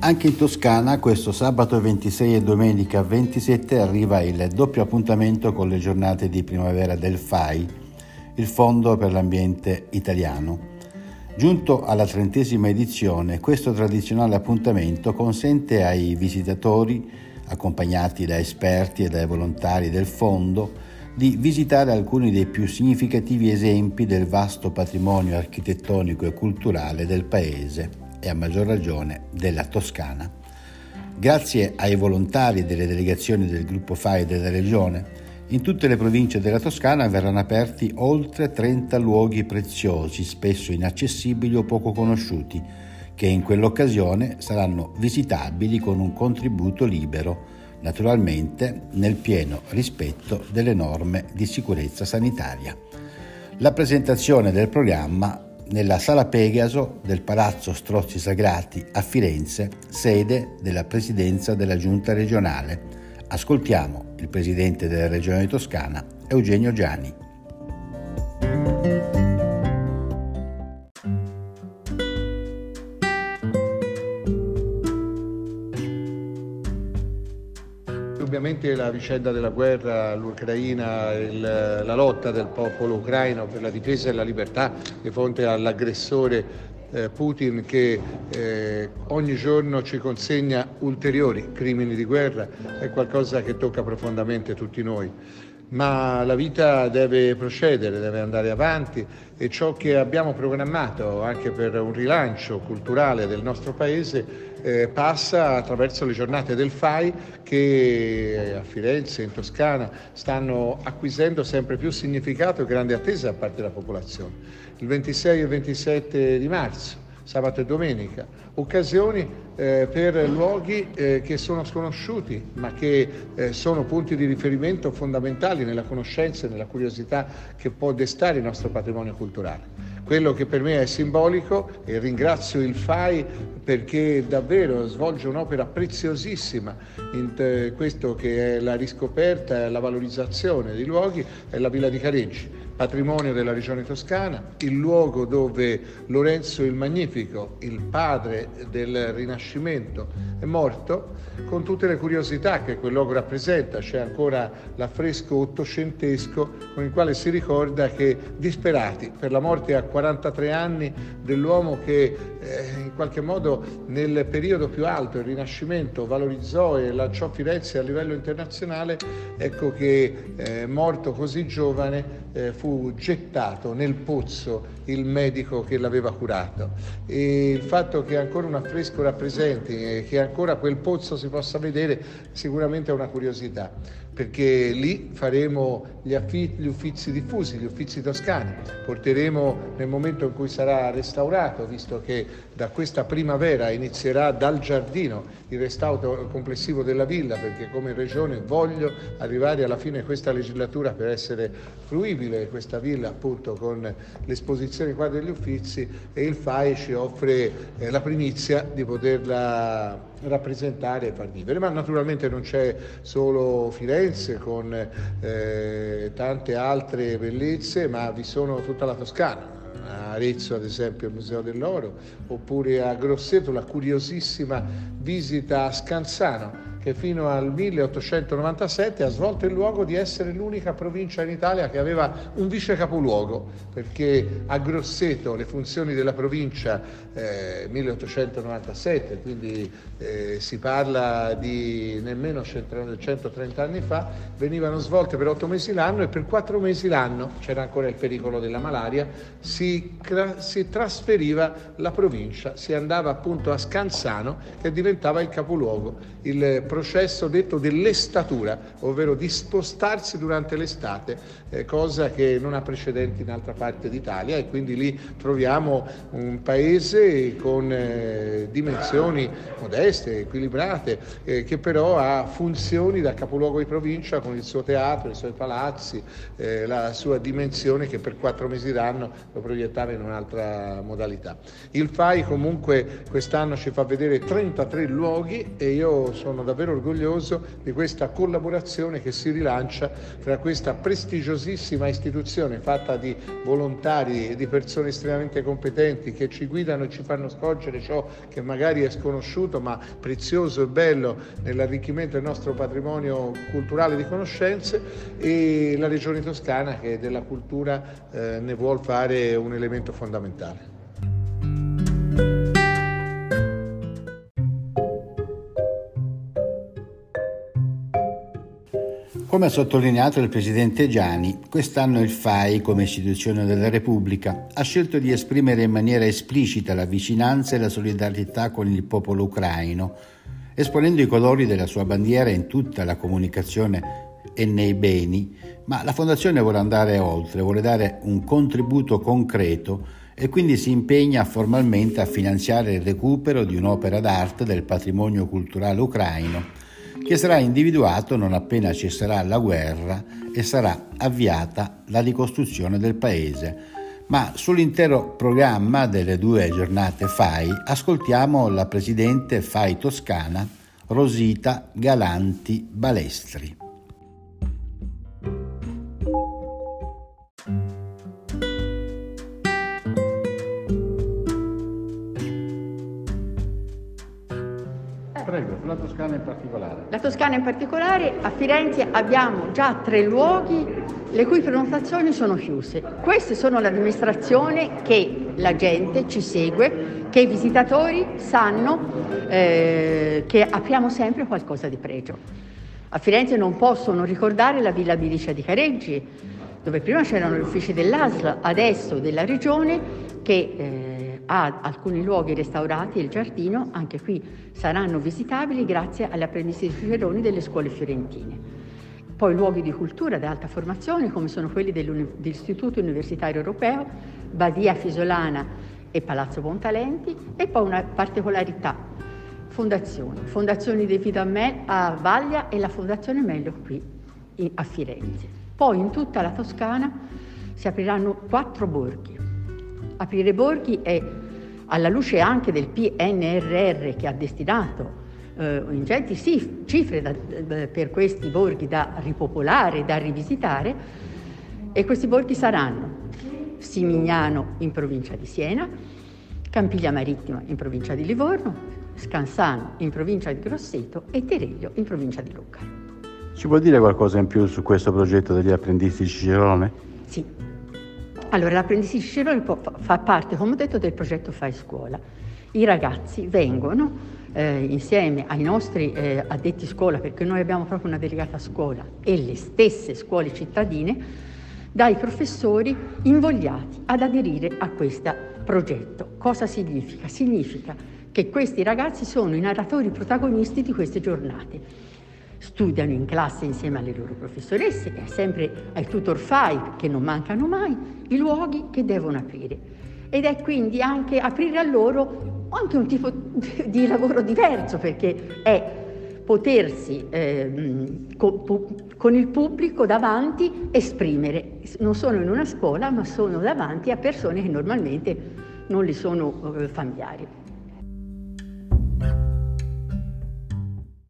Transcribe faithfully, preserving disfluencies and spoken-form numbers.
Anche in Toscana questo sabato ventisei e domenica ventisette arriva il doppio appuntamento con le giornate di primavera del F A I, il Fondo per l'Ambiente Italiano. Giunto alla trentesima edizione, questo tradizionale appuntamento consente ai visitatori, accompagnati da esperti e dai volontari del Fondo, di visitare alcuni dei più significativi esempi del vasto patrimonio architettonico e culturale del Paese e a maggior ragione della Toscana. Grazie ai volontari delle delegazioni del gruppo F A I della Regione, in tutte le province della Toscana verranno aperti oltre trenta luoghi preziosi, spesso inaccessibili o poco conosciuti, che in quell'occasione saranno visitabili con un contributo libero, naturalmente nel pieno rispetto delle norme di sicurezza sanitaria. La presentazione del programma nella Sala Pegaso del Palazzo Strozzi Sagrati a Firenze, sede della Presidenza della Giunta regionale. Ascoltiamo il Presidente della Regione Toscana, Eugenio Giani. Ovviamente la vicenda della guerra, l'Ucraina, il, la lotta del popolo ucraino per la difesa e la libertà di fronte all'aggressore eh, Putin che eh, ogni giorno ci consegna ulteriori crimini di guerra, è qualcosa che tocca profondamente tutti noi. Ma la vita deve procedere, deve andare avanti e ciò che abbiamo programmato anche per un rilancio culturale del nostro Paese eh, passa attraverso le giornate del F A I che a Firenze, in Toscana, stanno acquisendo sempre più significato e grande attesa da parte della popolazione. Il ventisei e ventisette di marzo, sabato e domenica, occasioni eh, per luoghi eh, che sono sconosciuti ma che eh, sono punti di riferimento fondamentali nella conoscenza e nella curiosità che può destare il nostro patrimonio culturale. Quello che per me è simbolico, e ringrazio il F A I perché davvero svolge un'opera preziosissima in t- questo che è la riscoperta e la valorizzazione dei luoghi, è la Villa di Careggi, patrimonio della regione toscana, il luogo dove Lorenzo il Magnifico, il padre del Rinascimento, è morto, con tutte le curiosità che quel luogo rappresenta. C'è ancora l'affresco ottocentesco con il quale si ricorda che, disperati per la morte a quarantatré anni dell'uomo che eh, in qualche modo nel periodo più alto, il Rinascimento, valorizzò e lanciò Firenze a livello internazionale, ecco che eh, morto così giovane eh, fu gettato nel pozzo il medico che l'aveva curato. E il fatto che ancora un affresco rappresenti e che ancora quel pozzo si possa vedere sicuramente è una curiosità, perché lì faremo gli, affitti, gli uffizi diffusi, gli uffizi toscani. Porteremo, nel momento in cui sarà restaurato, visto che da questa primavera inizierà dal giardino il restauro complessivo della villa, perché come regione voglio arrivare alla fine di questa legislatura per essere fruibile questa villa appunto con l'esposizione qua degli uffizi, e il F A I ci offre eh, la primizia di poterla rappresentare e far vivere. Ma naturalmente non c'è solo Firenze con eh, tante altre bellezze, ma vi sono tutta la Toscana. A Arezzo ad esempio il Museo dell'Oro, oppure a Grosseto la curiosissima visita a Scanzano, che fino al milleottocentonovantasette ha svolto il luogo di essere l'unica provincia in Italia che aveva un vice capoluogo, perché a Grosseto le funzioni della provincia eh, milleottocentonovantasette, quindi eh, si parla di nemmeno centotrenta anni fa, venivano svolte per otto mesi l'anno, e per quattro mesi l'anno, c'era ancora il pericolo della malaria, si, si trasferiva la provincia, si andava appunto a Scanzano che diventava il capoluogo. Il processo detto dell'estatura, ovvero di spostarsi durante l'estate, eh, cosa che non ha precedenti in altra parte d'Italia, e quindi lì troviamo un paese con eh, dimensioni modeste, equilibrate, eh, che però ha funzioni da capoluogo di provincia con il suo teatro, i suoi palazzi, eh, la sua dimensione che per quattro mesi d'anno lo proiettava in un'altra modalità. Il F A I comunque quest'anno ci fa vedere trentatré luoghi e io sono davvero davvero orgoglioso di questa collaborazione che si rilancia fra questa prestigiosissima istituzione fatta di volontari e di persone estremamente competenti che ci guidano e ci fanno scorgere ciò che magari è sconosciuto ma prezioso e bello nell'arricchimento del nostro patrimonio culturale di conoscenze, e la Regione Toscana che della cultura eh, ne vuol fare un elemento fondamentale. Come ha sottolineato il Presidente Giani, quest'anno il F A I, come istituzione della Repubblica, ha scelto di esprimere in maniera esplicita la vicinanza e la solidarietà con il popolo ucraino, esponendo i colori della sua bandiera in tutta la comunicazione e nei beni, ma la Fondazione vuole andare oltre, vuole dare un contributo concreto e quindi si impegna formalmente a finanziare il recupero di un'opera d'arte del patrimonio culturale ucraino, che sarà individuato non appena cesserà la guerra e sarà avviata la ricostruzione del paese. Ma sull'intero programma delle due giornate F A I ascoltiamo la Presidente F A I Toscana Rosita Galanti Balestri. Prego, sulla Toscana in particolare. La Toscana in particolare, a Firenze abbiamo già tre luoghi le cui prenotazioni sono chiuse. Queste sono l'amministrazione che la gente ci segue, che i visitatori sanno eh, che apriamo sempre qualcosa di pregio. A Firenze non possono ricordare la Villa Milicia di Careggi, dove prima c'erano gli uffici dell'A S L, adesso della Regione, che eh, ha alcuni luoghi restaurati, il giardino, anche qui saranno visitabili grazie alle apprendisti di Ciceroni delle scuole fiorentine. Poi luoghi di cultura di alta formazione come sono quelli dell'Istituto Universitario Europeo, Badia Fisolana e Palazzo Bontalenti, e poi una particolarità, fondazioni, Fondazione De Vita a Vaglia e la Fondazione Mellio qui a Firenze. Poi in tutta la Toscana si apriranno quattro borghi. Aprire borghi è, alla luce anche del P N R R che ha destinato eh, ingenti sì, cifre da, eh, per questi borghi da ripopolare, da rivisitare, e questi borghi saranno Simignano in provincia di Siena, Campiglia Marittima in provincia di Livorno, Scansano in provincia di Grosseto e Tereglio in provincia di Lucca. Ci può dire qualcosa in più su questo progetto degli apprendisti Cicerone? Sì. Allora, l'apprendista Cicerone fa parte, come ho detto, del progetto Fai Scuola. I ragazzi vengono eh, insieme ai nostri eh, addetti scuola, perché noi abbiamo proprio una delegata scuola, e le stesse scuole cittadine, dai professori invogliati ad aderire a questo progetto. Cosa significa? Significa che questi ragazzi sono i narratori protagonisti di queste giornate. Studiano in classe insieme alle loro professoresse e sempre ai tutor F A I, che non mancano mai, i luoghi che devono aprire. Ed è quindi anche aprire a loro anche un tipo di lavoro diverso, perché è potersi eh, con, con il pubblico davanti esprimere. Non sono in una scuola, ma sono davanti a persone che normalmente non li sono eh, familiari.